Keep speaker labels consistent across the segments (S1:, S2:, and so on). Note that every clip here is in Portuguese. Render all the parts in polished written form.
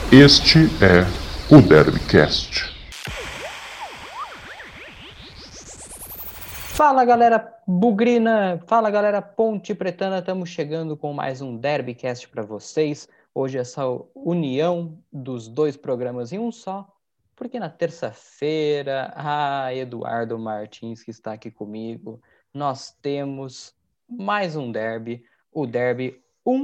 S1: Este é o Derbycast.
S2: Fala galera bugrina, fala galera ponte pretana, estamos chegando com mais um Derbycast para vocês. Hoje essa união dos dois programas em um só, porque na terça-feira, Eduardo Martins que está aqui comigo, nós temos mais um derby, o Derby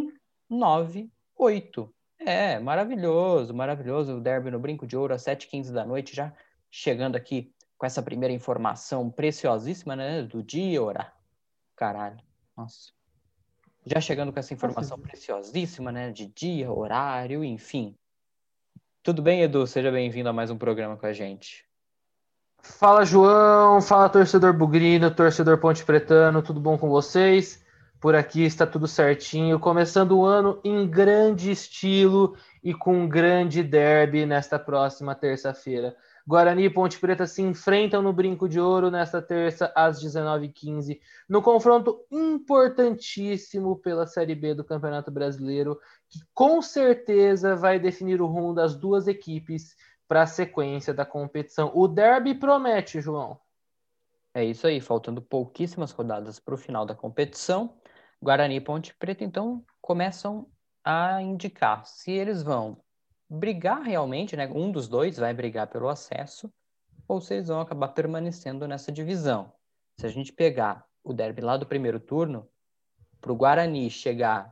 S2: 198. Maravilhoso, o derby no Brinco de Ouro às 7h15 da noite, já chegando aqui com essa primeira informação preciosíssima, né, do dia, horário. Caralho, nossa. Já chegando com essa informação preciosíssima, né, de dia, horário, enfim. Tudo bem, Edu? Seja bem-vindo a mais um programa com a gente.
S3: Fala, João. Fala, torcedor bugrino, torcedor ponte pretano. Tudo bom com vocês? Por aqui está tudo certinho. Começando o ano em grande estilo e com um grande derby nesta próxima terça-feira. Guarani e Ponte Preta se enfrentam no Brinco de Ouro nesta terça às 19h15, no confronto importantíssimo pela Série B do Campeonato Brasileiro, que com certeza vai definir o rumo das duas equipes para a sequência da competição. O derby promete, João.
S2: É isso aí, faltando pouquíssimas rodadas para o final da competição, Guarani e Ponte Preta, então, começam a indicar se eles vão brigar realmente, né? Um dos dois vai brigar pelo acesso, ou se eles vão acabar permanecendo nessa divisão. Se a gente pegar o derby lá do primeiro turno, para o Guarani chegar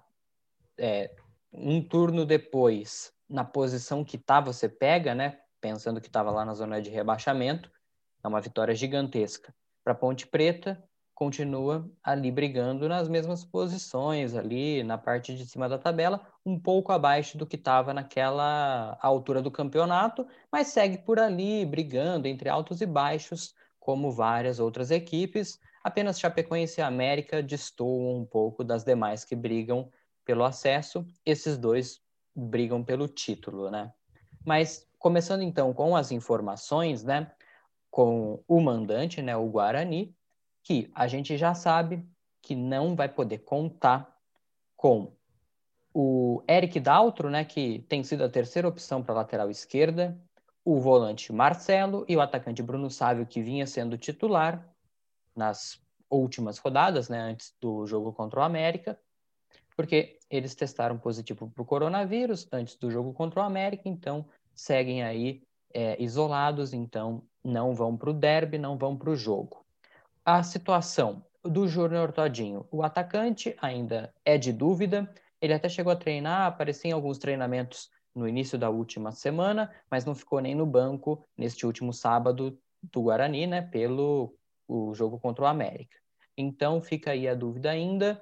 S2: um turno depois na posição que tá, você pega, né? Pensando que estava lá na zona de rebaixamento, é uma vitória gigantesca. Para Ponte Preta, continua ali brigando nas mesmas posições, ali na parte de cima da tabela, um pouco abaixo do que estava naquela altura do campeonato, mas segue por ali brigando entre altos e baixos, como várias outras equipes. Apenas Chapecoense e América destoam um pouco das demais que brigam pelo acesso. Esses dois brigam pelo título, né? Mas começando então com as informações, né? Com o mandante, né? O Guarani, que a gente já sabe que não vai poder contar com o Eric Daltro, né? Que tem sido a terceira opção para a lateral esquerda, o volante Marcelo e o atacante Bruno Sávio, que vinha sendo titular nas últimas rodadas, né? Antes do jogo contra o América, porque eles testaram positivo para o coronavírus antes do jogo contra o América, então seguem aí isolados, então não vão para o derby, não vão para o jogo. A situação do Júnior Todinho, o atacante ainda é de dúvida, ele até chegou a treinar, apareceu em alguns treinamentos no início da última semana, mas não ficou nem no banco neste último sábado do Guarani, né, pelo o jogo contra o América. Então fica aí a dúvida ainda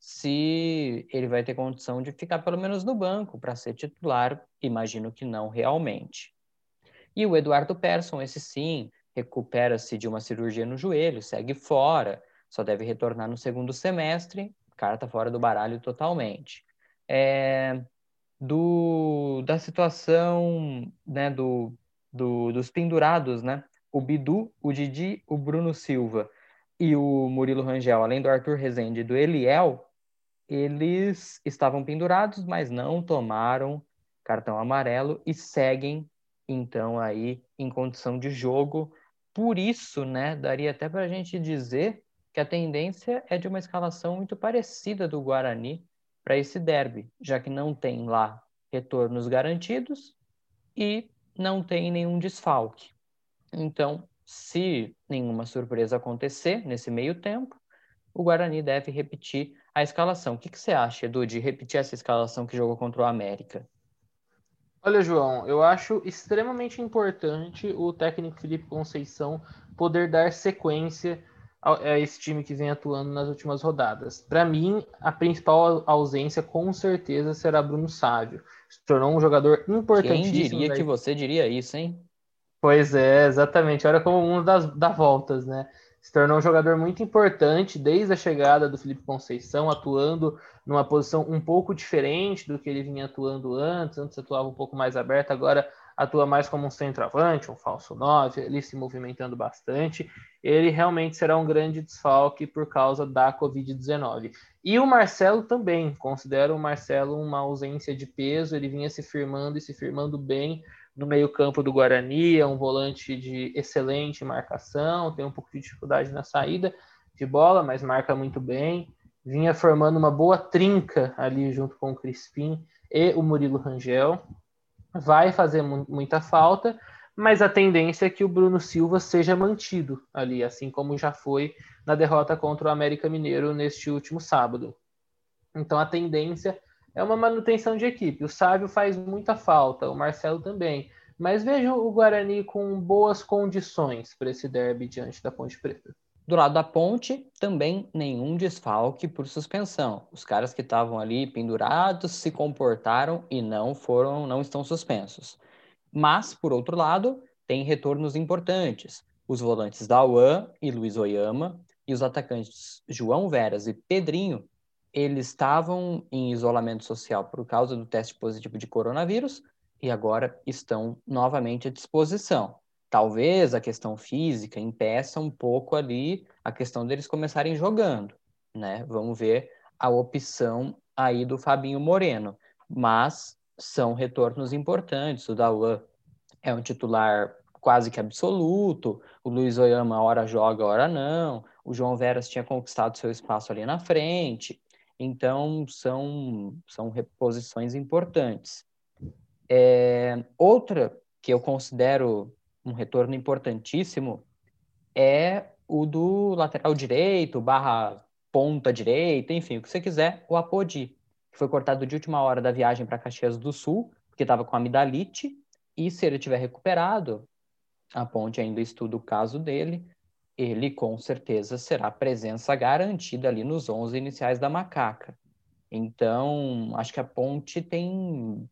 S2: se ele vai ter condição de ficar pelo menos no banco para ser titular, imagino que não realmente. E o Eduardo Persson, esse sim, recupera-se de uma cirurgia no joelho, segue fora, só deve retornar no segundo semestre, carta fora do baralho totalmente. Da situação, né, dos pendurados, né? O Bidu, o Didi, o Bruno Silva e o Murilo Rangel, além do Arthur Rezende e do Eliel, eles estavam pendurados, mas não tomaram cartão amarelo e seguem, então, aí em condição de jogo. Por isso, né, daria até para a gente dizer que a tendência é de uma escalação muito parecida do Guarani para esse derby, já que não tem lá retornos garantidos e não tem nenhum desfalque. Então, se nenhuma surpresa acontecer nesse meio tempo, o Guarani deve repetir a escalação. O que você acha, Edu, de repetir essa escalação que jogou contra o América?
S3: Olha, João, eu acho extremamente importante o técnico Felipe Conceição poder dar sequência a esse time que vem atuando nas últimas rodadas. Para mim, a principal ausência com certeza será Bruno Sávio. Se tornou um jogador importantíssimo.
S2: Quem diria que você diria isso, hein?
S3: Pois é, exatamente. Olha como o mundo dá voltas, né? Se tornou um jogador muito importante desde a chegada do Felipe Conceição, atuando numa posição um pouco diferente do que ele vinha atuando antes. Antes atuava um pouco mais aberto, agora atua mais como um centroavante, um falso 9, ali se movimentando bastante. Ele realmente será um grande desfalque por causa da Covid-19. E o Marcelo também, considero o Marcelo uma ausência de peso, ele vinha se firmando e se firmando bem no meio-campo do Guarani, é um volante de excelente marcação, tem um pouco de dificuldade na saída de bola, mas marca muito bem. Vinha formando uma boa trinca ali junto com o Crispim e o Murilo Rangel. Vai fazer muita falta, mas a tendência é que o Bruno Silva seja mantido ali, assim como já foi na derrota contra o América Mineiro neste último sábado. Então a tendência é uma manutenção de equipe. O Sávio faz muita falta, o Marcelo também. Mas vejo o Guarani com boas condições para esse derby diante da Ponte Preta.
S2: Do lado da Ponte, também nenhum desfalque por suspensão. Os caras que estavam ali pendurados se comportaram e não estão suspensos. Mas, por outro lado, tem retornos importantes. Os volantes Dauan e Luiz Oyama e os atacantes João Veras e Pedrinho, eles estavam em isolamento social por causa do teste positivo de coronavírus e agora estão novamente à disposição. Talvez a questão física impeça um pouco ali a questão deles começarem jogando, né? Vamos ver a opção aí do Fabinho Moreno. Mas são retornos importantes. O Dauan é um titular quase que absoluto. O Luiz Oyama hora joga, hora não. O João Veras tinha conquistado seu espaço ali na frente. Então, são reposições importantes. Outra que eu considero um retorno importantíssimo é o do lateral direito, / ponta direita, enfim, o que você quiser, o Apodi, que foi cortado de última hora da viagem para Caxias do Sul, porque estava com amidalite, e se ele tiver recuperado, a Ponte ainda estuda o caso dele, ele com certeza será presença garantida ali nos 11 iniciais da Macaca. Então, acho que a Ponte tem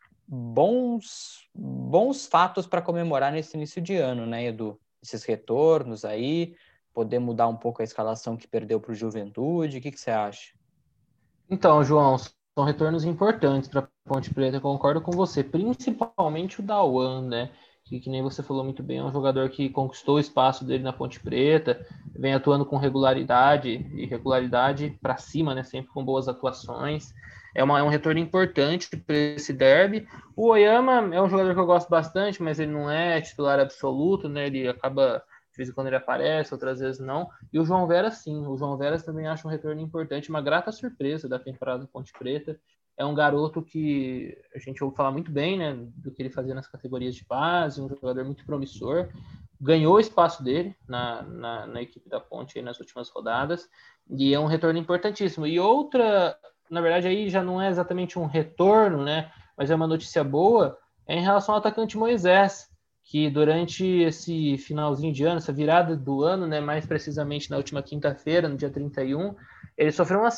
S2: bons fatos para comemorar nesse início de ano, né, Edu? Esses retornos aí, poder mudar um pouco a escalação que perdeu para o Juventude, o que você acha?
S3: Então, João, são retornos importantes para a Ponte Preta, eu concordo com você, principalmente o Dauan, né? Que nem você falou muito bem, é um jogador que conquistou o espaço dele na Ponte Preta, vem atuando com regularidade para cima, né? Sempre com boas atuações. É um retorno importante para esse derby. O Oyama é um jogador que eu gosto bastante, mas ele não é titular absoluto, né? Ele acaba, de vez em quando ele aparece, outras vezes não. E o João Veras, sim. O João Veras também acho um retorno importante, uma grata surpresa da temporada do Ponte Preta. É um garoto que a gente ouve falar muito bem, né? Do que ele fazia nas categorias de base, um jogador muito promissor. Ganhou o espaço dele na equipe da Ponte aí nas últimas rodadas. E é um retorno importantíssimo. E outra... Na verdade, aí já não é exatamente um retorno, né? Mas é uma notícia boa, é em relação ao atacante Moisés, que durante esse finalzinho de ano, essa virada do ano, né? Mais precisamente na última quinta-feira, no dia 31, ele sofreu um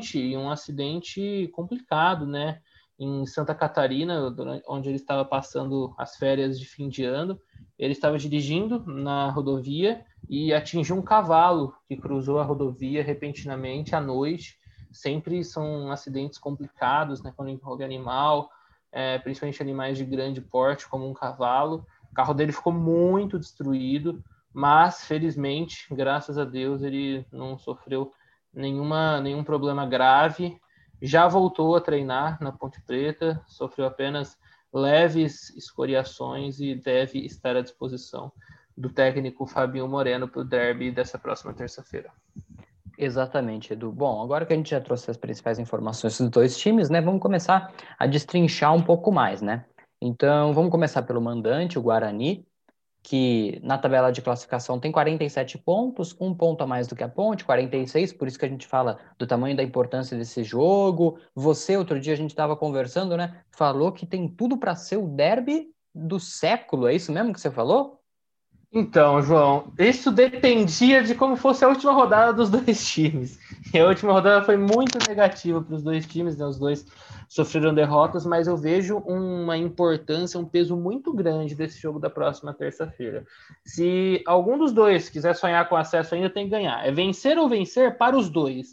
S3: acidente complicado, né? Em Santa Catarina, onde ele estava passando as férias de fim de ano. Ele estava dirigindo na rodovia e atingiu um cavalo que cruzou a rodovia repentinamente à noite. Sempre são acidentes complicados, né, quando envolve animal, principalmente animais de grande porte, como um cavalo. O carro dele ficou muito destruído, mas, felizmente, graças a Deus, ele não sofreu nenhum problema grave. Já voltou a treinar na Ponte Preta, sofreu apenas leves escoriações e deve estar à disposição do técnico Fabinho Moreno para o derby dessa próxima terça-feira.
S2: Exatamente, Edu. Bom, agora que a gente já trouxe as principais informações dos dois times, né, vamos começar a destrinchar um pouco mais, né? Então, vamos começar pelo mandante, o Guarani, que na tabela de classificação tem 47 pontos, um ponto a mais do que a Ponte, 46, por isso que a gente fala do tamanho da importância desse jogo. Você, outro dia, a gente estava conversando, né? Falou que tem tudo para ser o derby do século, é isso mesmo que você falou?
S3: Então, João, isso dependia de como fosse a última rodada dos dois times. E a última rodada foi muito negativa para os dois times, né? Os dois sofreram derrotas, mas eu vejo uma importância, um peso muito grande desse jogo da próxima terça-feira. Se algum dos dois quiser sonhar com acesso ainda, tem que ganhar. É vencer ou vencer para os dois.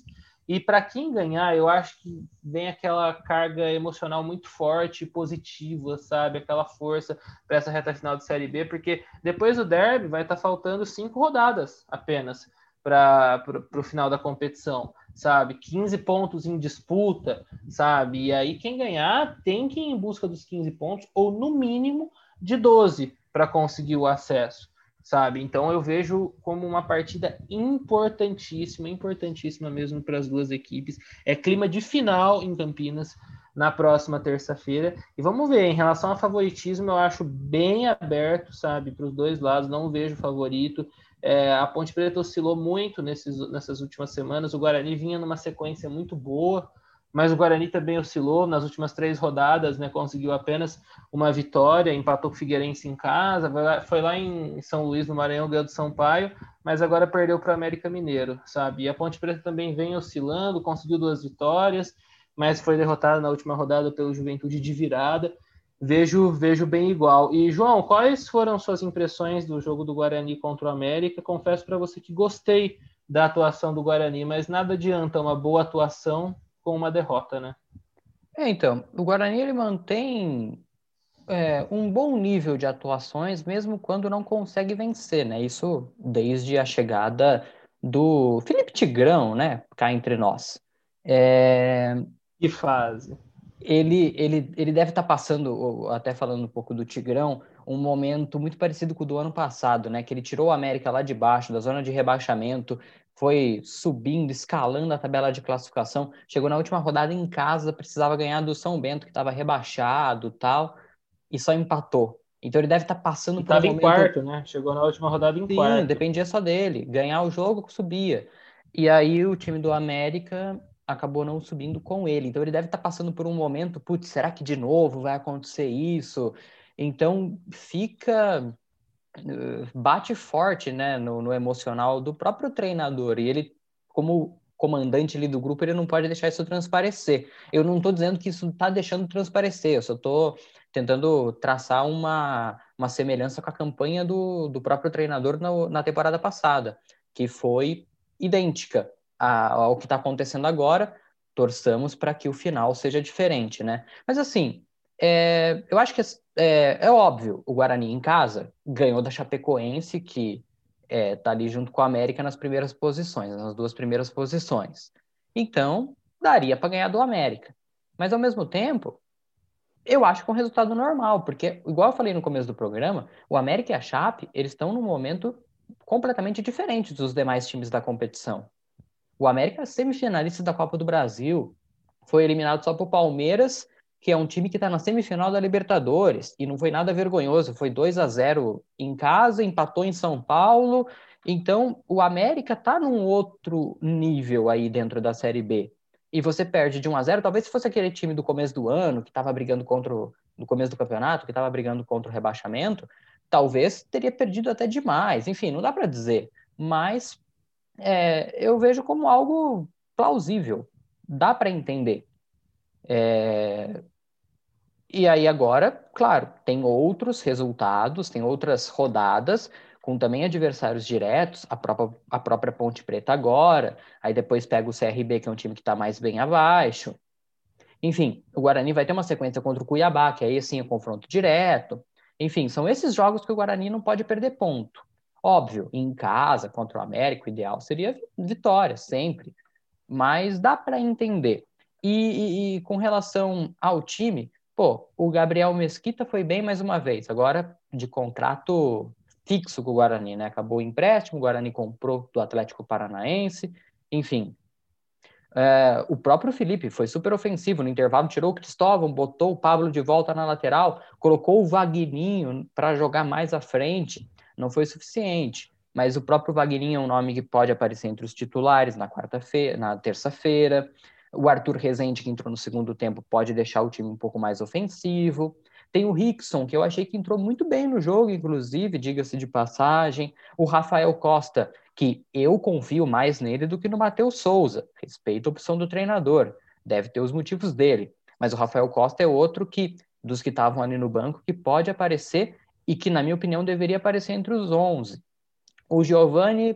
S3: E para quem ganhar, eu acho que vem aquela carga emocional muito forte, positiva, sabe? Aquela força para essa reta final de Série B, porque depois do derby vai estar faltando 5 rodadas apenas para o final da competição, sabe? 15 pontos em disputa, sabe? E aí quem ganhar tem que ir em busca dos 15 pontos, ou no mínimo de 12 para conseguir o acesso, sabe? Então eu vejo como uma partida importantíssima, importantíssima mesmo para as duas equipes. É clima de final em Campinas na próxima terça-feira. E vamos ver, em relação ao favoritismo, eu acho bem aberto, sabe, para os dois lados, não vejo favorito. A Ponte Preta oscilou muito nessas últimas semanas, o Guarani vinha numa sequência muito boa, mas o Guarani também oscilou nas últimas 3 rodadas, né? Conseguiu apenas uma vitória, empatou com o Figueirense em casa, foi lá em São Luís, no Maranhão, ganhou do Sampaio, mas agora perdeu para o América Mineiro, sabe? E a Ponte Preta também vem oscilando, conseguiu 2 vitórias, mas foi derrotada na última rodada pelo Juventude de virada. Vejo bem igual. E, João, quais foram suas impressões do jogo do Guarani contra o América? Confesso para você que gostei da atuação do Guarani, mas nada adianta uma boa atuação com uma derrota, né?
S2: Então, o Guarani ele mantém um bom nível de atuações, mesmo quando não consegue vencer, né? Isso desde a chegada do Felipe Tigrão, né? Cá entre nós.
S3: Que fase.
S2: Ele deve estar passando, até falando um pouco do Tigrão, um momento muito parecido com o do ano passado, né? Que ele tirou o América lá de baixo, da zona de rebaixamento, foi subindo, escalando a tabela de classificação, chegou na última rodada em casa, precisava ganhar do São Bento, que estava rebaixado, tal, e só empatou. Então ele deve estar passando
S3: E
S2: por um
S3: estava em
S2: momento.
S3: quarto, né? Chegou na última rodada em
S2: Sim,
S3: quarto.
S2: dependia só dele. Ganhar o jogo, subia. E aí o time do América acabou não subindo com ele. Então ele deve estar passando por um momento, putz, será que de novo vai acontecer isso? Então bate forte, né, no emocional do próprio treinador. E ele, como comandante ali do grupo, ele não pode deixar isso transparecer. Eu não estou dizendo que isso está deixando transparecer, eu só estou tentando traçar uma semelhança com a campanha do próprio treinador na temporada passada, que foi idêntica ao que está acontecendo agora. Torçamos para que o final seja diferente, né? Mas assim, eu acho que é óbvio, o Guarani em casa ganhou da Chapecoense, que tá ali junto com a América nas primeiras posições, nas 2 primeiras posições. Então, daria para ganhar do América. Mas, ao mesmo tempo, eu acho que é um resultado normal, porque, igual eu falei no começo do programa, o América e a Chape, eles estão num momento completamente diferente dos demais times da competição. O América é semifinalista da Copa do Brasil, foi eliminado só por Palmeiras, que é um time que está na semifinal da Libertadores, e não foi nada vergonhoso, foi 2-0 em casa, empatou em São Paulo. Então, o América está num outro nível aí dentro da Série B. E você perde de 1-0, talvez se fosse aquele time do começo do ano, que estava brigando no começo do campeonato, que estava brigando contra o rebaixamento, talvez teria perdido até demais. Enfim, não dá para dizer. Mas eu vejo como algo plausível. Dá para entender. E aí agora, claro, tem outros resultados, tem outras rodadas, com também adversários diretos, a própria Ponte Preta agora, aí depois pega o CRB, que é um time que está mais bem abaixo. Enfim, o Guarani vai ter uma sequência contra o Cuiabá, que aí sim é confronto direto. Enfim, são esses jogos que o Guarani não pode perder ponto. Óbvio, em casa, contra o América, o ideal seria vitória, sempre. Mas dá para entender. E com relação ao time, pô, o Gabriel Mesquita foi bem mais uma vez, agora de contrato fixo com o Guarani, né? Acabou o empréstimo, o Guarani comprou do Atlético Paranaense, enfim. O próprio Felipe foi super ofensivo no intervalo, tirou o Cristóvão, botou o Pablo de volta na lateral, colocou o Vagninho para jogar mais à frente, não foi suficiente. Mas o próprio Vagninho é um nome que pode aparecer entre os titulares na terça-feira. O Arthur Rezende, que entrou no segundo tempo, pode deixar o time um pouco mais ofensivo. Tem o Rickson, que eu achei que entrou muito bem no jogo, inclusive, diga-se de passagem. O Rafael Costa, que eu confio mais nele do que no Matheus Souza. Respeito a opção do treinador, deve ter os motivos dele. Mas o Rafael Costa é outro dos que estavam ali no banco, que pode aparecer e que, na minha opinião, deveria aparecer entre os 11. O Giovani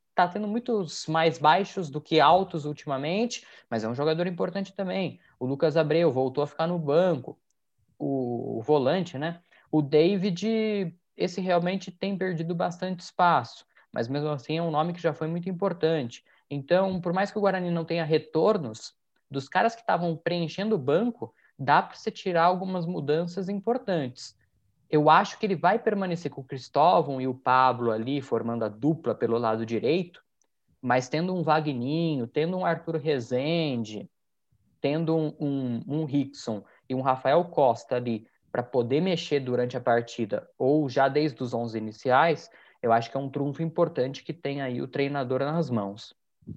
S2: tá tendo muitos mais baixos do que altos ultimamente, mas é um jogador importante também. O Lucas Abreu voltou a ficar no banco, o volante, né? O David, esse realmente tem perdido bastante espaço, mas mesmo assim é um nome que já foi muito importante. Então, por mais que o Guarani não tenha retornos, dos caras que estavam preenchendo o banco, dá para você tirar algumas mudanças importantes. Eu acho que ele vai permanecer com o Cristóvão e o Pablo ali, formando a dupla pelo lado direito, mas tendo um Vagninho, tendo um Arthur Rezende, tendo um Rickson e um Rafael Costa ali para poder mexer durante a partida, ou já desde os 11 iniciais, eu acho que é um trunfo importante que tem aí o treinador nas mãos.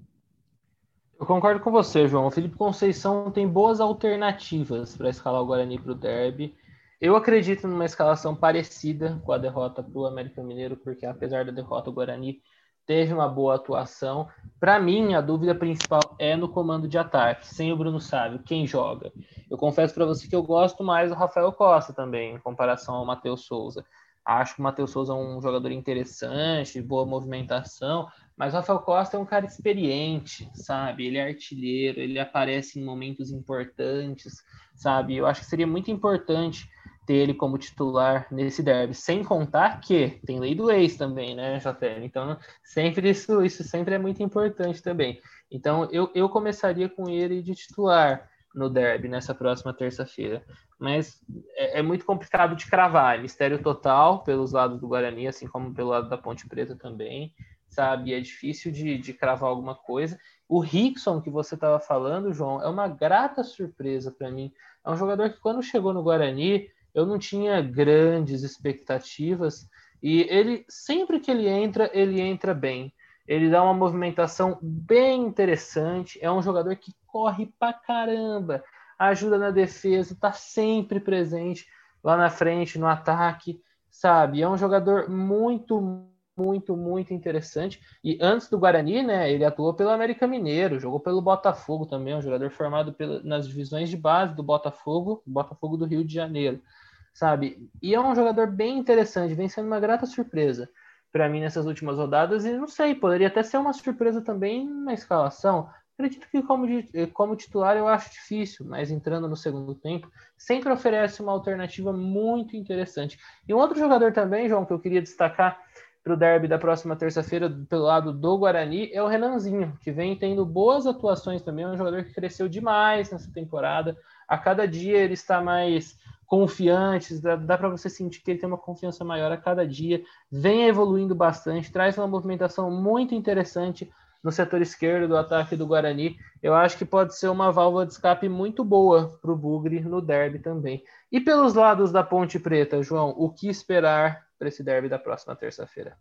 S3: Eu concordo com você, João. O Felipe Conceição tem boas alternativas para escalar o Guarani para o derby. Eu acredito numa escalação parecida com a derrota para o América Mineiro, porque apesar da derrota, o Guarani teve uma boa atuação. Para mim, a dúvida principal é no comando de ataque. Sem o Bruno Sávio, quem joga? Eu confesso para você que eu gosto mais do Rafael Costa também, em comparação ao Matheus Souza. Acho que o Matheus Souza é um jogador interessante, boa movimentação, mas o Rafael Costa é um cara experiente, sabe? Ele é artilheiro, ele aparece em momentos importantes, sabe? Eu acho que seria muito importante ter ele como titular nesse derby, sem contar que tem lei do ex também, né, JTL? Então, sempre isso sempre é muito importante também. Então, eu começaria com ele de titular no derby nessa próxima terça-feira. Mas é muito complicado de cravar, é mistério total pelos lados do Guarani, assim como pelo lado da Ponte Preta também, sabe? É difícil de cravar alguma coisa. O Rickson, que você estava falando, João, é uma grata surpresa para mim. É um jogador que, quando chegou no Guarani, eu não tinha grandes expectativas, e ele, sempre que ele entra bem. Ele dá uma movimentação bem interessante, é um jogador que corre pra caramba, ajuda na defesa, tá sempre presente lá na frente, no ataque, sabe? É um jogador muito, muito, muito interessante. E antes do Guarani, né, ele atuou pelo América Mineiro, jogou pelo Botafogo também, um jogador formado nas divisões de base do Botafogo do Rio de Janeiro, sabe? E é um jogador bem interessante, vem sendo uma grata surpresa para mim nessas últimas rodadas, e não sei, poderia até ser uma surpresa também na escalação. Acredito que como titular eu acho difícil, mas entrando no segundo tempo, sempre oferece uma alternativa muito interessante. E um outro jogador também, João, que eu queria destacar para o derby da próxima terça-feira pelo lado do Guarani é o Renanzinho, que vem tendo boas atuações também, é um jogador que cresceu demais nessa temporada. A cada dia ele está mais confiante, dá para você sentir que ele tem uma confiança maior a cada dia, vem evoluindo bastante, traz uma movimentação muito interessante no setor esquerdo do ataque do Guarani. Eu acho que pode ser uma válvula de escape muito boa para o Bugre no derby também. E pelos lados da Ponte Preta, João, o que esperar para esse derby da próxima terça-feira?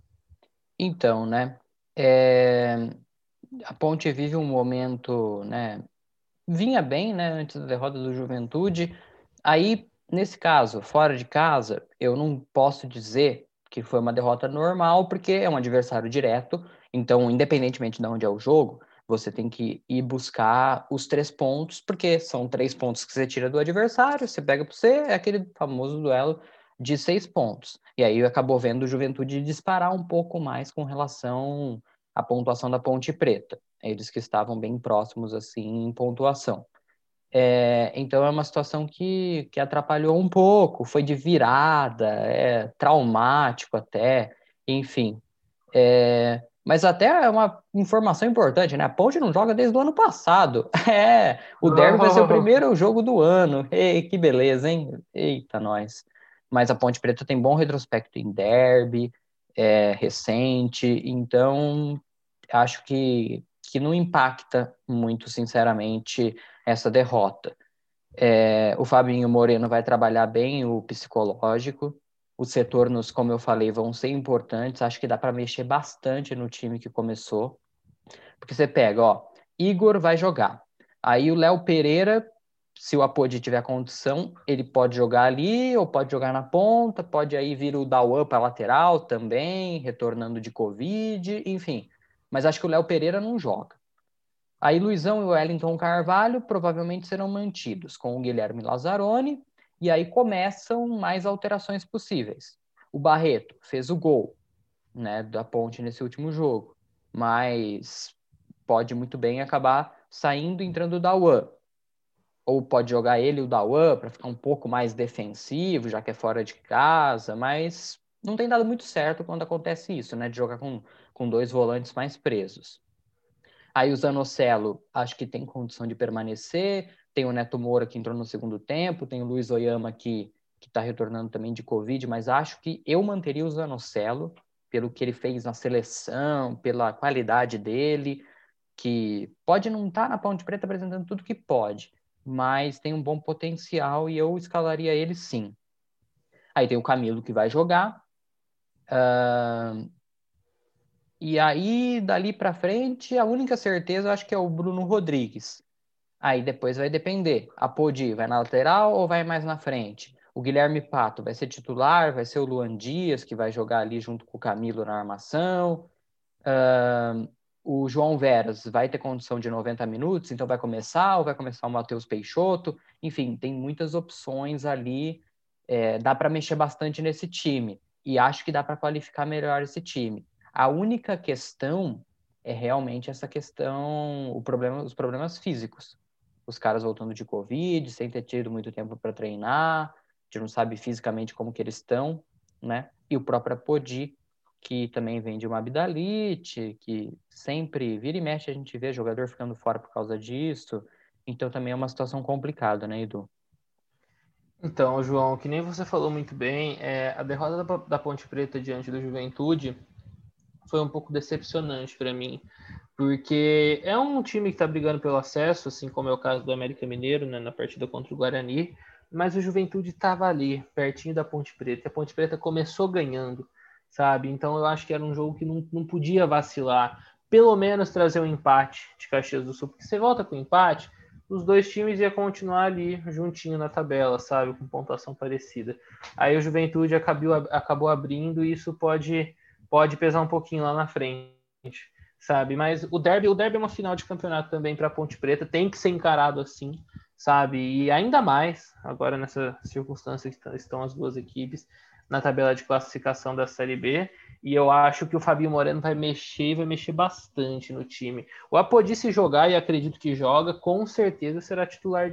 S2: Então, né, a Ponte vive um momento, né, vinha bem, né, antes da derrota do Juventude. Aí, nesse caso, fora de casa, eu não posso dizer que foi uma derrota normal, porque é um adversário direto. Então, independentemente de onde é o jogo, você tem que ir buscar os 3 pontos, porque são 3 pontos que você tira do adversário, você pega para você, é aquele famoso duelo de 6 pontos. E aí acabou vendo o Juventude disparar um pouco mais com relação à pontuação da Ponte Preta. Eles que estavam bem próximos, assim, em pontuação. Então é uma situação que atrapalhou um pouco, foi de virada, traumático até, enfim. Mas até é uma informação importante, né? A Ponte não joga desde o ano passado. O derby vai ser o primeiro jogo do ano. Ei, que beleza, hein? Eita, nós. Mas a Ponte Preta tem bom retrospecto em derby, recente, então acho que não impacta muito, sinceramente, essa derrota. O Fabinho Moreno vai trabalhar bem o psicológico, os retornos, como eu falei, vão ser importantes, acho que dá para mexer bastante no time que começou, porque você pega, ó, Igor vai jogar, aí o Léo Pereira, se o Apodi tiver condição, ele pode jogar ali, ou pode jogar na ponta, pode aí vir o Dauan para lateral também, retornando de Covid, enfim, mas acho que o Léo Pereira não joga. Aí Luizão e o Wellington Carvalho provavelmente serão mantidos com o Guilherme Lazzaroni, e aí começam mais alterações possíveis. O Barreto fez o gol, né, da Ponte nesse último jogo. mas pode muito bem acabar saindo e entrando o Dauan. Ou pode jogar ele e o Dauan para ficar um pouco mais defensivo, já que é fora de casa, mas não tem dado muito certo quando acontece isso, né? De jogar com 2 volantes mais presos. Aí o Zanocelo, acho que tem condição de permanecer, tem o Neto Moura que entrou no segundo tempo, tem o Luiz Oyama que está retornando também de Covid, mas acho que eu manteria o Zanocelo, pelo que ele fez na seleção, pela qualidade dele, que pode não estar na Ponte Preta apresentando tudo que pode, mas tem um bom potencial e eu escalaria ele sim. Aí tem o Camilo que vai jogar. E aí, dali para frente, a única certeza eu acho que é o Bruno Rodrigues. Aí depois vai depender. A Podi vai na lateral ou vai mais na frente? O Guilherme Pato vai ser titular? Vai ser o Luan Dias que vai jogar ali junto com o Camilo na armação? O João Veras vai ter condição de 90 minutos, então vai começar ou vai começar o Matheus Peixoto? Enfim, tem muitas opções ali. Dá para mexer bastante nesse time. E acho que dá para qualificar melhor esse time. A única questão é realmente essa questão, os problemas físicos. Os caras voltando de Covid, sem ter tido muito tempo para treinar, a gente não sabe fisicamente como que eles estão, né? E o próprio Apodi, que também vem de uma amidalite, que sempre vira e mexe a gente vê jogador ficando fora por causa disso. Então também é uma situação complicada, né, Edu?
S3: Então, João, que nem você falou muito bem, a derrota da Ponte Preta diante do Juventude foi um pouco decepcionante para mim, porque é um time que está brigando pelo acesso, assim como é o caso do América Mineiro, né, na partida contra o Guarani, mas o Juventude estava ali, pertinho da Ponte Preta, e a Ponte Preta começou ganhando, sabe? Então eu acho que era um jogo que não podia vacilar, pelo menos trazer um empate de Caxias do Sul, porque você volta com empate, os dois times iam continuar ali juntinho na tabela, sabe? Com pontuação parecida. Aí o Juventude acabou abrindo e isso pode pesar um pouquinho lá na frente, sabe? Mas o derby é uma final de campeonato também para a Ponte Preta, tem que ser encarado assim, sabe? E ainda mais agora nessa circunstância que estão as duas equipes na tabela de classificação da Série B. E eu acho que o Fabinho Moreno vai mexer bastante no time. O Apodi, se jogar, e acredito que joga, com certeza será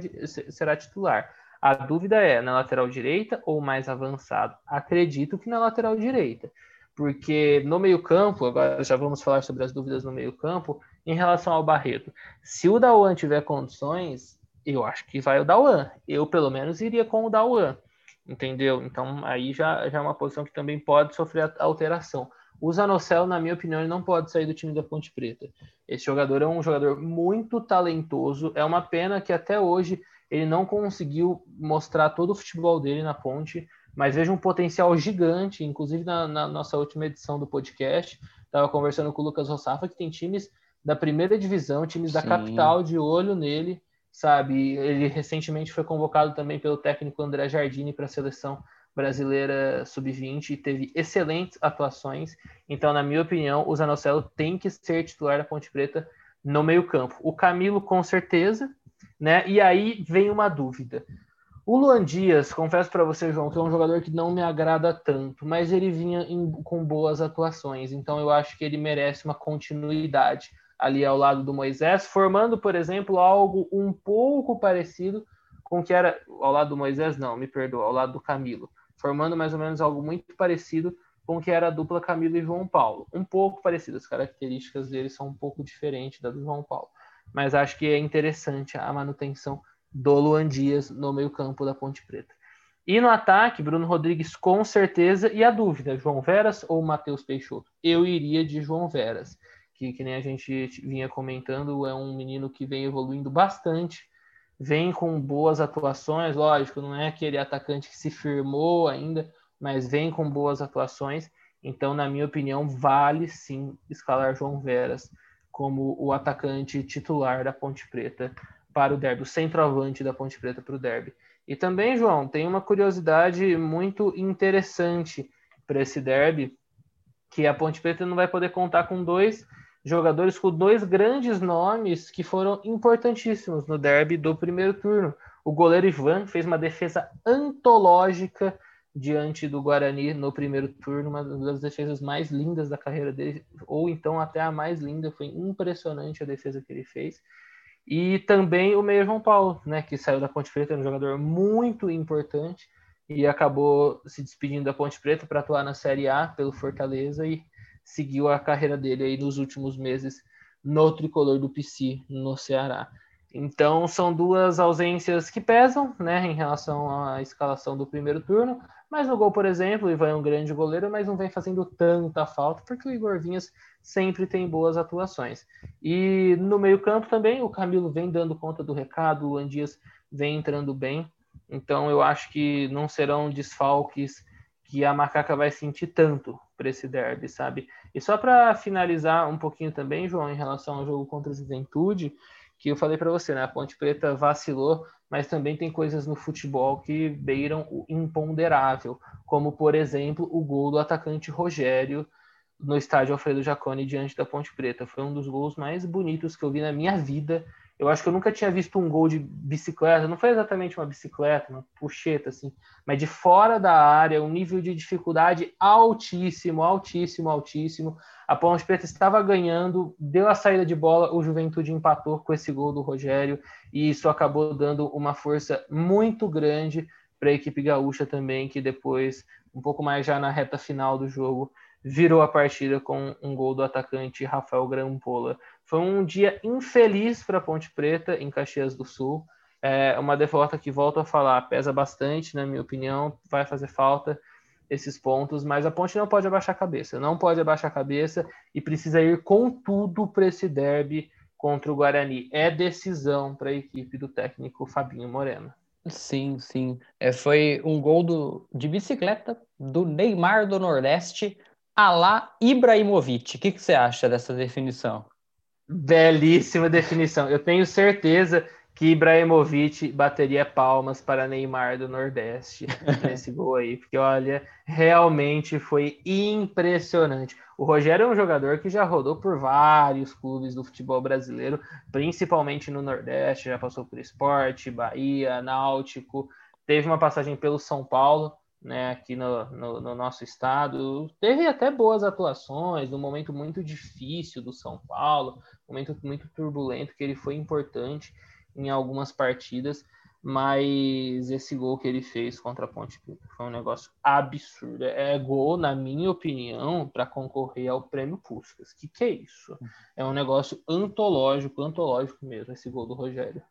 S3: titular. A dúvida é na lateral direita ou mais avançado? Acredito que na lateral direita. Porque no meio-campo, agora já vamos falar sobre as dúvidas no meio-campo, em relação ao Barreto. Se o Dauan tiver condições, eu acho que vai o Dauan. Eu, pelo menos, iria com o Dauan. Entendeu? Então, aí já é uma posição que também pode sofrer alteração. O Zanocelo, na minha opinião, ele não pode sair do time da Ponte Preta. Esse jogador é um jogador muito talentoso. É uma pena que até hoje ele não conseguiu mostrar todo o futebol dele na Ponte, mas vejo um potencial gigante. Inclusive, na nossa última edição do podcast, estava conversando com o Lucas Rossafa, que tem times da primeira divisão, times da capital de olho nele, sabe? Ele recentemente foi convocado também pelo técnico André Jardini para a seleção brasileira sub-20 e teve excelentes atuações. Então, na minha opinião, o Zanocelo tem que ser titular da Ponte Preta no meio-campo. O Camilo, com certeza, né? E aí vem uma dúvida. O Luan Dias, confesso para você, João, que é um jogador que não me agrada tanto, mas ele vinha com boas atuações, então eu acho que ele merece uma continuidade ali ao lado do Moisés, formando, por exemplo, algo um pouco parecido com o que era ao lado do Moisés, não, me perdoa, ao lado do Camilo, formando mais ou menos algo muito parecido com o que era a dupla Camilo e João Paulo, um pouco parecido, as características deles são um pouco diferentes da do João Paulo, mas acho que é interessante a manutenção do Luan Dias no meio-campo da Ponte Preta. E no ataque, Bruno Rodrigues com certeza, e a dúvida, João Veras ou Matheus Peixoto? Eu iria de João Veras, que nem a gente vinha comentando, é um menino que vem evoluindo bastante, vem com boas atuações, lógico, não é aquele atacante que se firmou ainda, mas vem com boas atuações, então, na minha opinião, vale sim escalar João Veras como o atacante titular da Ponte Preta para o derby, o centroavante da Ponte Preta para o derby. E também, João, tem uma curiosidade muito interessante para esse derby, que a Ponte Preta não vai poder contar com dois jogadores, com dois grandes nomes que foram importantíssimos no derby do primeiro turno. O goleiro Ivan fez uma defesa antológica diante do Guarani no primeiro turno, uma das defesas mais lindas da carreira dele, ou então até a mais linda. Foi impressionante a defesa que ele fez. E também o meia João Paulo, né, que saiu da Ponte Preta, era um jogador muito importante e acabou se despedindo da Ponte Preta para atuar na Série A pelo Fortaleza e seguiu a carreira dele aí nos últimos meses no tricolor do PC, no Ceará. Então são duas ausências que pesam, né, em relação à escalação do primeiro turno, mas no gol, por exemplo, o Ivan é um grande goleiro, mas não vem fazendo tanta falta, porque o Igor Vinhas sempre tem boas atuações. E no meio-campo também, o Camilo vem dando conta do recado, o Luan Dias vem entrando bem. Então eu acho que não serão desfalques que a Macaca vai sentir tanto para esse derby, sabe? E só para finalizar um pouquinho também, João, em relação ao jogo contra a Juventude, que eu falei para você, né? A Ponte Preta vacilou, mas também tem coisas no futebol que beiram o imponderável, como, por exemplo, o gol do atacante Rogério no estádio Alfredo Jaconi diante da Ponte Preta. Foi um dos gols mais bonitos que eu vi na minha vida. Eu acho que eu nunca tinha visto um gol de bicicleta, não foi exatamente uma bicicleta, uma puxeta, assim, mas de fora da área, um nível de dificuldade altíssimo, altíssimo, altíssimo. A Ponte Preta estava ganhando, deu a saída de bola, o Juventude empatou com esse gol do Rogério, e isso acabou dando uma força muito grande para a equipe gaúcha também, que depois, um pouco mais já na reta final do jogo, virou a partida com um gol do atacante Rafael Grampola. Foi um dia infeliz para a Ponte Preta, em Caxias do Sul. É uma derrota que, volto a falar, pesa bastante, na minha opinião, vai fazer falta esses pontos, mas a Ponte não pode abaixar a cabeça, não pode abaixar a cabeça e precisa ir com tudo para esse derby contra o Guarani. É decisão para a equipe do técnico Fabinho Moreno.
S2: Sim, sim. Foi um gol de bicicleta do Neymar do Nordeste, à la Ibrahimovic. O que você acha dessa definição?
S3: Belíssima definição. Eu tenho certeza que Ibrahimovic bateria palmas para Neymar do Nordeste nesse gol aí, porque olha, realmente foi impressionante. O Rogério é um jogador que já rodou por vários clubes do futebol brasileiro, principalmente no Nordeste, já passou por Sport, Bahia, Náutico, teve uma passagem pelo São Paulo, né, aqui no nosso estado. Teve até boas atuações, num momento muito difícil do São Paulo, momento muito turbulento, que ele foi importante em algumas partidas, mas esse gol que ele fez contra a Ponte Preta foi um negócio absurdo. É gol, na minha opinião, para concorrer ao Prêmio Puskás. Que é isso? É um negócio antológico mesmo, esse gol do Rogério.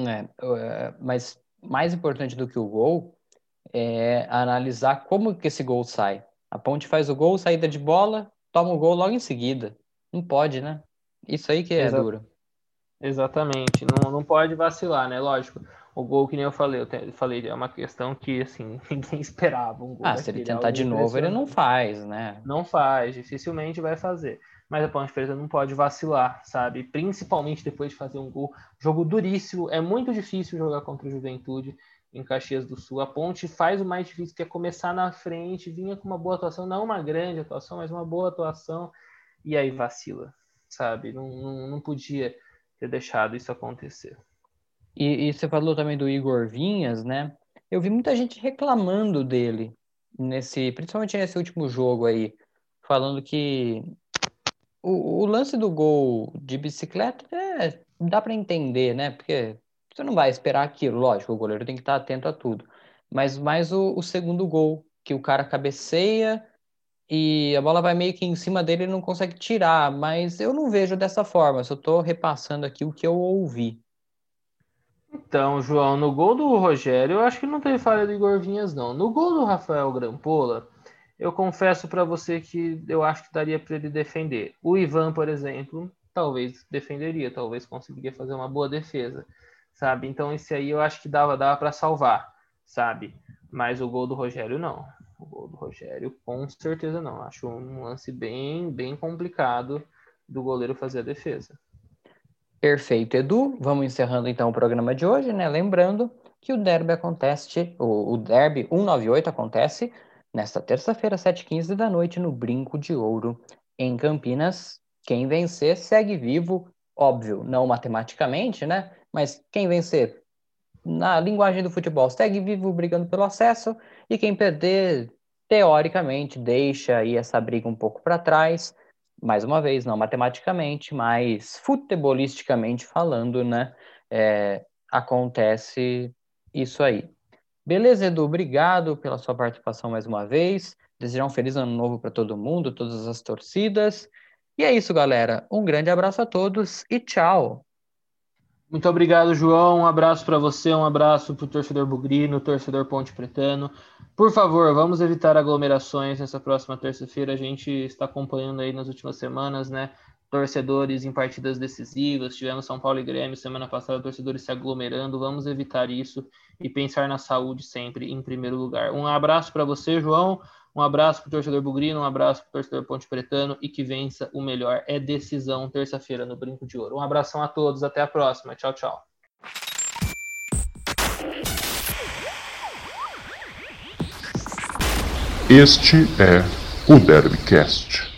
S2: Mas mais importante do que o gol é analisar como que esse gol sai. A Ponte faz o gol, saída de bola, toma o gol logo em seguida. Não pode, né? Isso aí que é duro.
S3: Exatamente. Não pode vacilar, né? Lógico. O gol, que nem eu falei, é uma questão que, assim, ninguém esperava um gol
S2: se ele
S3: daquele,
S2: tentar de novo, ele não faz, né?
S3: Não faz, dificilmente vai fazer. Mas a Ponte Preta não pode vacilar, sabe? Principalmente depois de fazer um gol. Jogo duríssimo, é muito difícil jogar contra o Juventude em Caxias do Sul. A Ponte faz o mais difícil, que é começar na frente, vinha com uma boa atuação, não uma grande atuação, mas uma boa atuação, e aí vacila, sabe? Não podia ter deixado isso acontecer.
S2: E você falou também do Igor Vinhas, né? Eu vi muita gente reclamando dele, principalmente nesse último jogo aí, falando que o lance do gol de bicicleta dá para entender, né? Porque você não vai esperar aquilo, lógico, o goleiro tem que estar atento a tudo. Mas mais o segundo gol, que o cara cabeceia e a bola vai meio que em cima dele e não consegue tirar. Mas eu não vejo dessa forma, eu só tô repassando aqui o que eu ouvi.
S3: Então, João, no gol do Rogério, eu acho que não teve falha do Igor Vinhas, não. No gol do Rafael Grampola, eu confesso para você que eu acho que daria para ele defender. O Ivan, por exemplo, talvez defenderia, talvez conseguiria fazer uma boa defesa, sabe? Então, esse aí eu acho que dava para salvar, sabe? Mas o gol do Rogério, não. O gol do Rogério, com certeza não. Acho um lance bem, bem complicado do goleiro fazer a defesa.
S2: Perfeito, Edu. Vamos encerrando então o programa de hoje, né? Lembrando que o Derby acontece, o Derby 198 acontece nesta terça-feira, 7h15 da noite, no Brinco de Ouro, em Campinas. Quem vencer segue vivo, óbvio, não matematicamente, né? Mas quem vencer na linguagem do futebol, segue vivo brigando pelo acesso, e quem perder, teoricamente, deixa aí essa briga um pouco para trás. Mais uma vez, não matematicamente, mas futebolisticamente falando, né? Acontece isso aí. Beleza, Edu? Obrigado pela sua participação mais uma vez. Desejar um feliz ano novo para todo mundo, todas as torcidas. E é isso, galera. Um grande abraço a todos e tchau!
S3: Muito obrigado, João. Um abraço para você, um abraço para o torcedor bugrino, torcedor ponte pretano. Por favor, vamos evitar aglomerações nessa próxima terça-feira. A gente está acompanhando aí nas últimas semanas, né? Torcedores em partidas decisivas. Tivemos São Paulo e Grêmio semana passada, torcedores se aglomerando. Vamos evitar isso e pensar na saúde sempre em primeiro lugar. Um abraço para você, João. Um abraço para o torcedor bugrino, um abraço para o torcedor ponte pretano e que vença o melhor. É decisão terça-feira no Brinco de Ouro. Um abração a todos, até a próxima. Tchau, tchau.
S1: Este é o Derbycast.